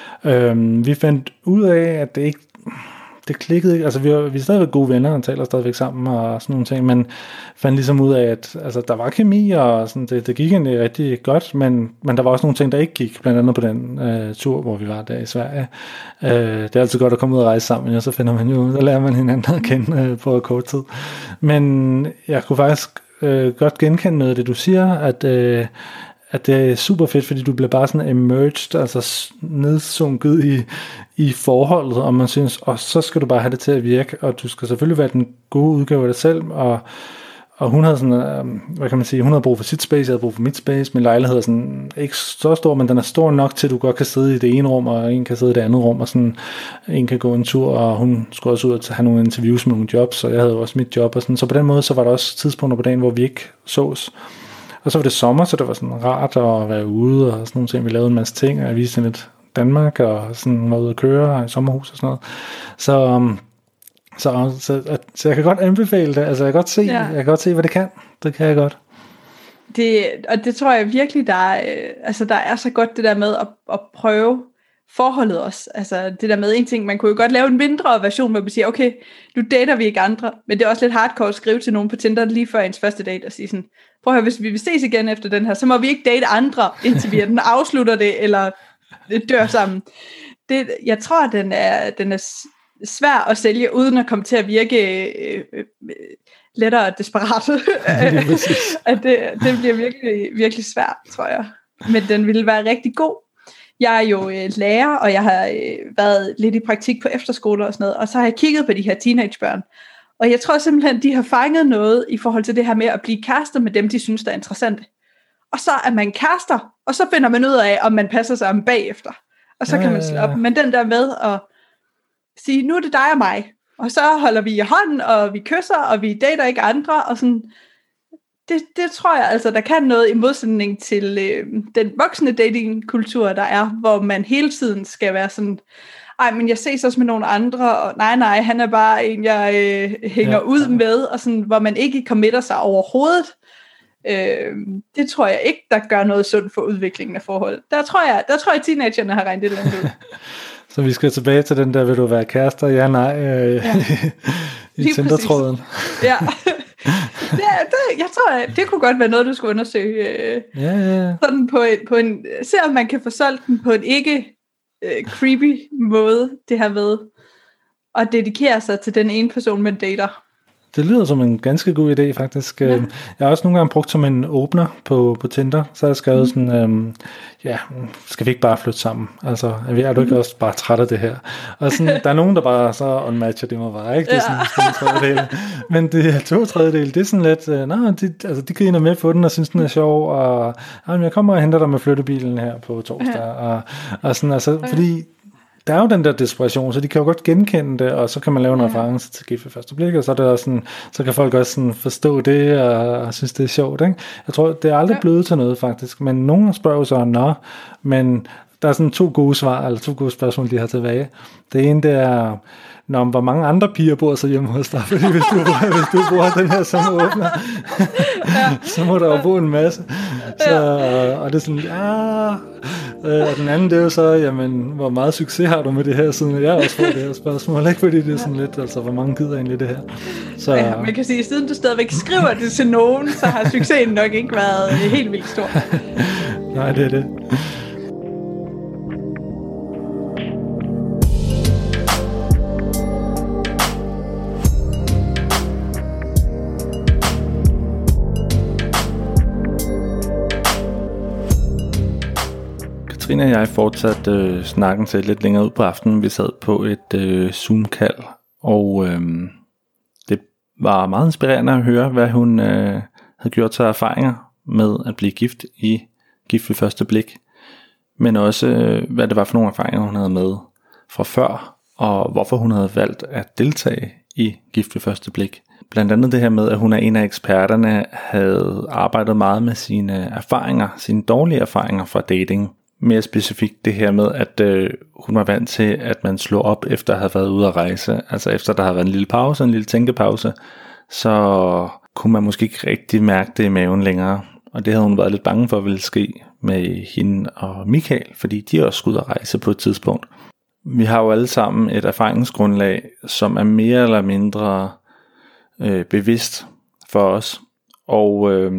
Øh, vi fandt ud af, at det ikke det klikkede ikke. Altså vi var, vi er stadigvæk gode venner og taler stadigvæk sammen og sådan nogle ting, men fandt ligesom ud af, at altså, der var kemi, og sådan, det, det gik egentlig rigtig godt, men, men der var også nogle ting, der ikke gik, blandt andet på den øh, tur, hvor vi var der i Sverige. Øh, det er altid godt at komme ud og rejse sammen, og så finder man jo, så lærer man hinanden at kende øh, på kort tid. Men jeg kunne faktisk øh, godt genkende noget af det, du siger, at øh, at det er super fedt, fordi du bliver bare sådan emerged, altså nedsunket i, i forholdet, og man synes, og så skal du bare have det til at virke, og du skal selvfølgelig være den gode udgave af dig selv, og, og hun havde sådan, hvad kan man sige, hun havde brug for sit space, jeg havde brug for mit space, min lejlighed er sådan, ikke så stor, men den er stor nok til, at du godt kan sidde i det ene rum, og en kan sidde i det andet rum, og sådan, en kan gå en tur, og hun skulle også ud og have nogle interviews med nogle jobs, og jeg havde også mit job, og sådan, så på den måde, så var der også tidspunkter på dagen, hvor vi ikke sås. Og så var det sommer, så det var sådan rart at være ude og sådan nogle ting. Vi lavede en masse ting, og jeg viste lidt Danmark, og sådan var ude at køre i sommerhus og sådan noget. Så, så, så, så jeg kan godt anbefale det. Altså jeg kan godt se, ja. jeg kan godt se, hvad det kan. Det kan jeg godt. Det, og det tror jeg virkelig, der er, altså der er så godt det der med at, at prøve forholdet også. Altså det der med en ting, man kunne jo godt lave en mindre version, hvor man siger, okay, nu dater vi ikke andre, men det er også lidt hardcore at skrive til nogen på Tinder lige før ens første date og sige sådan, prøv at høre, hvis vi vil ses igen efter den her, så må vi ikke date andre, indtil vi enten afslutter det, eller dør sammen. Det, jeg tror, den er, den er svær at sælge, uden at komme til at virke øh, øh, lettere desperat. At det, det bliver virkelig, virkelig svært, tror jeg. Men den ville være rigtig god. jeg er jo øh, lærer, og jeg har øh, været lidt i praktik på efterskoler og sådan noget, og så har jeg kigget på de her teenagebørn. Og jeg tror simpelthen, de har fanget noget i forhold til det her med at blive kærester med dem, de synes, der er interessante. Og så er man kærester, og så finder man ud af, om man passer sammen bagefter. Og så kan man slå op. Men den der med at sige, nu er det dig og mig. Og så holder vi i hånden, og vi kysser, og vi dater ikke andre. Og sådan, det, det tror jeg altså, der kan noget i modsætning til øh, den voksne datingkultur, der er, hvor man hele tiden skal være sådan, ej, men jeg ses også med nogle andre, og nej, nej, han er bare en, jeg øh, hænger ja. ud med, og sådan, hvor man ikke committer sig overhovedet. Øh, det tror jeg ikke, der gør noget sundt for udviklingen af forhold. Der tror jeg, der tror jeg, teenagerne har regnet det eller andet ud. Så vi skal tilbage til den der, vil du være kærester? Ja, nej, øh, ja. i Tinder-tråden. Ja, det, det, jeg tror, det kunne godt være noget, du skulle undersøge. Øh, ja, ja. Sådan på en, på en, se om man kan få solgt den på en ikke øh, creepy måde, det her ved, og dedikere sig til den ene person, man dater. Det lyder som en ganske god idé, faktisk. Ja. Jeg har også nogle gange brugt som en åbner på, på Tinder, så har jeg skrevet mm. sådan, øhm, ja, skal vi ikke bare flytte sammen? Altså, er du ikke mm. også bare træt af det her? Og sådan, der er nogen, der bare så unmatcher det mig bare, ikke? Det er sådan, ja. sådan en tredjedel. Men det er to tredjedel, det er sådan lidt, øh, nej, de, altså, de griner med på den, og synes, den er sjov, og jamen, jeg kommer og henter dig med flyttebilen her på torsdag, ja. og, og sådan, altså, ja. fordi der er jo den der desperation, så de kan jo godt genkende det, og så kan man lave en ja. reference til gift ved første blik, og så, er det også sådan, så kan folk også sådan forstå det, og, og synes, det er sjovt. Ikke? Jeg tror, det er aldrig ja. blevet til noget, faktisk. Men nogen spørger så, nå, men der er sådan to gode svar, eller to gode spørgsmål, de har tilbage. Det ene, det er, nå, hvor mange andre piger bor så hjemme hos dig, fordi hvis du, hvis du bruger den her som åbner, ja. så må der jo bo en masse. Så, og det er sådan, ja... Og den anden, det er jo så, jamen, hvor meget succes har du med det her, siden jeg også får det her spørgsmål, ikke? Fordi det er sådan lidt, altså, hvor mange gider egentlig det her? Så, ja, man kan sige, siden du stadigvæk skriver det til nogen, så har succesen nok ikke været helt vildt stor. Nej, det er det. Katrine og jeg fortsatte øh, snakken til lidt længere ud på aftenen. Vi sad på et øh, Zoom-kald, og øh, det var meget inspirerende at høre, hvad hun øh, havde gjort sig erfaringer med at blive gift i Gift ved første blik. Men også, øh, hvad det var for nogle erfaringer, hun havde med fra før, og hvorfor hun havde valgt at deltage i Gift ved første blik. Blandt andet det her med, at hun er en af eksperterne, havde arbejdet meget med sine erfaringer, sine dårlige erfaringer fra dating. Mere specifikt det her med, at øh, hun var vant til, at man slog op efter at have været ude at rejse. Altså efter der havde været en lille pause, en lille tænkepause, så kunne man måske ikke rigtig mærke det i maven længere. Og det havde hun været lidt bange for at ville ske med hende og Michael, fordi de også skulle ud at rejse på et tidspunkt. Vi har jo alle sammen et erfaringsgrundlag, som er mere eller mindre øh, bevidst for os. Og... Øh,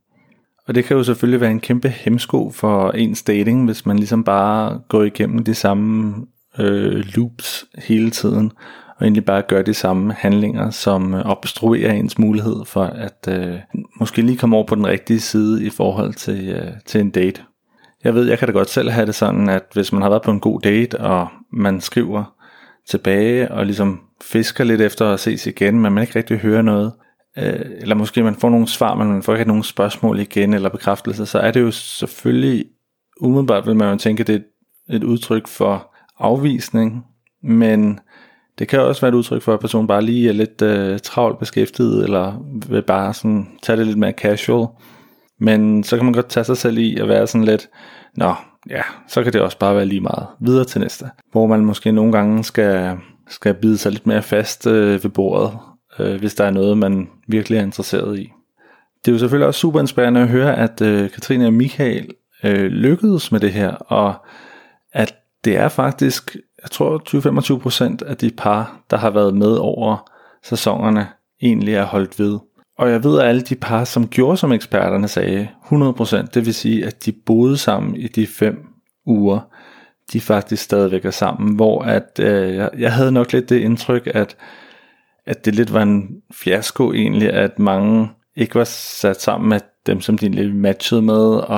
Og det kan jo selvfølgelig være en kæmpe hemsko for ens dating, hvis man ligesom bare går igennem de samme øh, loops hele tiden, og egentlig bare gør de samme handlinger, som øh, obstruerer ens mulighed for at øh, måske lige komme over på den rigtige side i forhold til, øh, til en date. Jeg ved, jeg kan da godt selv have det sådan, at hvis man har været på en god date, og man skriver tilbage, og ligesom fisker lidt efter at ses igen, men man ikke rigtig hører noget, eller måske man får nogle svar, men man får ikke nogle spørgsmål igen eller bekræftelse, så er det jo selvfølgelig umiddelbart, vil man jo tænke, det er et udtryk for afvisning, men det kan også være et udtryk for, at personen bare lige er lidt uh, travlt beskæftiget, eller vil bare sådan tage det lidt mere casual, men så kan man godt tage sig selv i at være sådan lidt, nå ja, så kan det også bare være lige meget, videre til næste, hvor man måske nogle gange skal, skal bide sig lidt mere fast uh, ved bordet, hvis der er noget, man virkelig er interesseret i. Det er jo selvfølgelig også super inspirerende at høre, at øh, Katrine og Michael øh, lykkedes med det her, og at det er faktisk, jeg tror tyve til femogtyve procent af de par, der har været med over sæsonerne, egentlig er holdt ved. Og jeg ved, at alle de par, som gjorde, som eksperterne sagde, hundrede procent, det vil sige, at de boede sammen i de fem uger, de faktisk stadigvæk er sammen, hvor at, øh, jeg, jeg havde nok lidt det indtryk, at at det lidt var en fiasko egentlig, at mange ikke var sat sammen med dem, som de egentlig matchede med, og,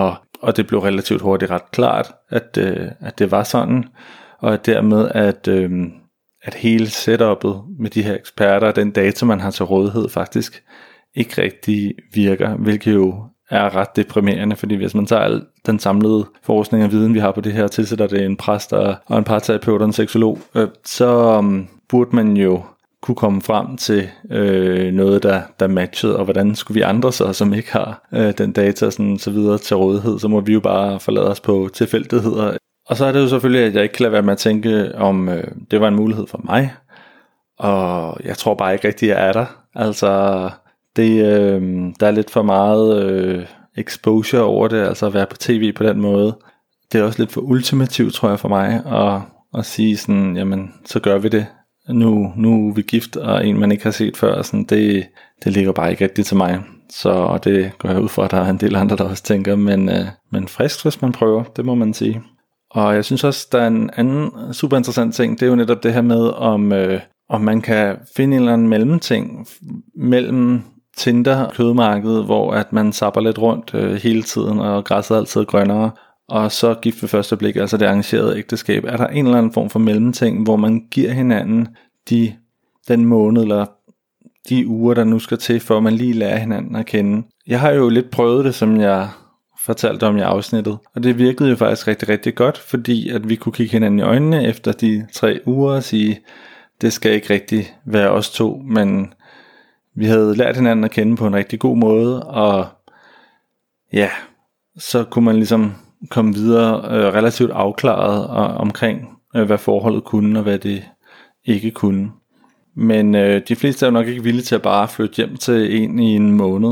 og det blev relativt hurtigt ret klart, at, øh, at det var sådan, og at dermed, at, øh, at hele setupet med de her eksperter, den data, man har til rådighed, faktisk ikke rigtig virker, hvilket jo er ret deprimerende, fordi hvis man tager al den samlede forskning og viden, vi har på det her, tilsætter det en præst og, og en parterapeut og en seksolog, øh, så um, burde man jo kunne komme frem til øh, noget, der, der matchede, og hvordan skulle vi andre så, som ikke har øh, den data sådan, så videre til rådighed, så må vi jo bare forlade os på tilfældigheder. Og så er det jo selvfølgelig, at jeg ikke kan lade være med at tænke, om øh, det var en mulighed for mig, og jeg tror bare ikke rigtig, jeg er der. Altså, det, øh, der er lidt for meget øh, exposure over det, altså at være på tv på den måde. Det er også lidt for ultimativt, tror jeg, for mig, at, at sige sådan, jamen, så gør vi det. Nu, nu er vi gift, og en man ikke har set før, sådan, det, det ligger bare ikke rigtigt til mig. Så og det går jeg ud fra, at der er en del andre, der også tænker, men, øh, men frisk, hvis man prøver, det må man sige. Og jeg synes også, der er en anden super interessant ting, det er jo netop det her med, om, øh, om man kan finde en eller anden mellemting mellem Tinder og kødmarkedet, hvor at man zapper lidt rundt øh, hele tiden, og græsset er altid grønnere, og så gift ved første blik, altså det arrangerede ægteskab. Er der en eller anden form for mellemting, hvor man giver hinanden de, den måned eller de uger, der nu skal til, for at man lige lærer hinanden at kende? Jeg har jo lidt prøvet det, som jeg fortalte om i afsnittet, og det virkede jo faktisk rigtig, rigtig godt, fordi at vi kunne kigge hinanden i øjnene efter de tre uger og sige, det skal ikke rigtig være os to, men vi havde lært hinanden at kende på en rigtig god måde, og ja, så kunne man ligesom komme videre øh, relativt afklaret og, omkring, øh, hvad forholdet kunne og hvad det ikke kunne. Men øh, de fleste er jo nok ikke villige til at bare flytte hjem til en i en måned.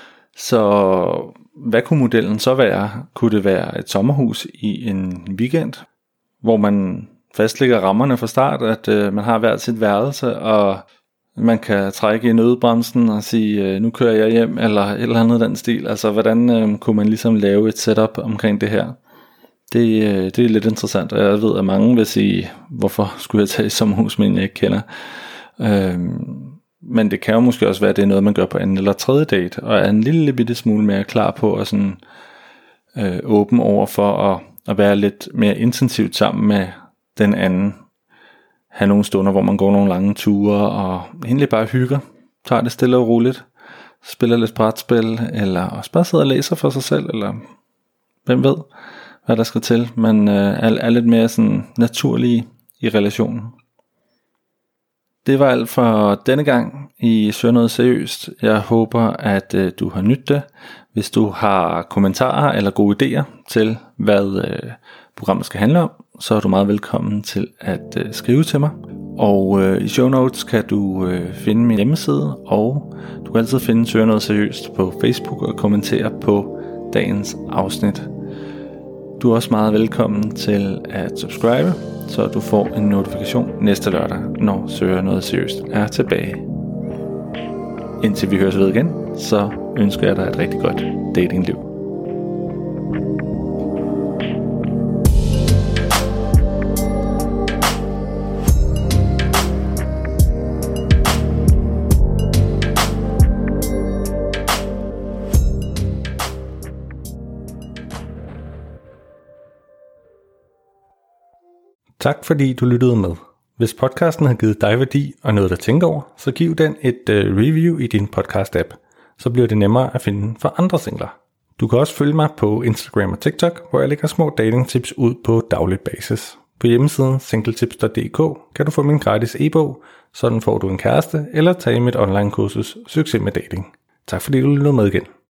Så hvad kunne modellen så være? Kunne det være et sommerhus i en weekend, hvor man fastlægger rammerne fra start, at øh, man har hvert sit værelse, og man kan trække i nødbremsen og sige, øh, nu kører jeg hjem, eller et eller andet den stil. Altså, hvordan øh, kunne man ligesom lave et setup omkring det her? Det, øh, det er lidt interessant, og jeg ved, at mange vil sige, hvorfor skulle jeg tage i sommerhus, men jeg ikke kender. Øh, men det kan jo måske også være, at det er noget, man gør på anden eller tredje date, og er en lille bitte smule mere klar på, og sådan øh, åben over for at, at være lidt mere intensivt sammen med den anden. Have nogle stunder, hvor man går nogle lange ture, og egentlig bare hygger, tager det stille og roligt, spiller lidt brætspil, eller også bare sidder og læser for sig selv, eller hvem ved, hvad der skal til, men øh, er, er lidt mere sådan naturlige i relationen. Det var alt for denne gang i Søger Noget Seriøst. Jeg håber, at øh, du har nydt det. Hvis du har kommentarer eller gode idéer til, hvad øh, programmet skal handle om, så er du meget velkommen til at øh, skrive til mig. Og øh, i show notes kan du øh, finde min hjemmeside, og du kan altid finde Søger Noget Seriøst på Facebook og kommentere på dagens afsnit. Du er også meget velkommen til at subscribe, så du får en notifikation næste lørdag, når Søger Noget Seriøst er tilbage. Indtil vi høres ved igen, så ønsker jeg dig et rigtig godt datingliv. Tak fordi du lyttede med. Hvis podcasten har givet dig værdi og noget at tænke over, så giv den et uh, review i din podcast-app. Så bliver det nemmere at finde for andre singler. Du kan også følge mig på Instagram og TikTok, hvor jeg lægger små datingtips ud på daglig basis. På hjemmesiden singletips punktum d k kan du få min gratis e-bog, sådan får du en kæreste, eller tage mit online kursus Succes med dating. Tak fordi du lyttede med igen.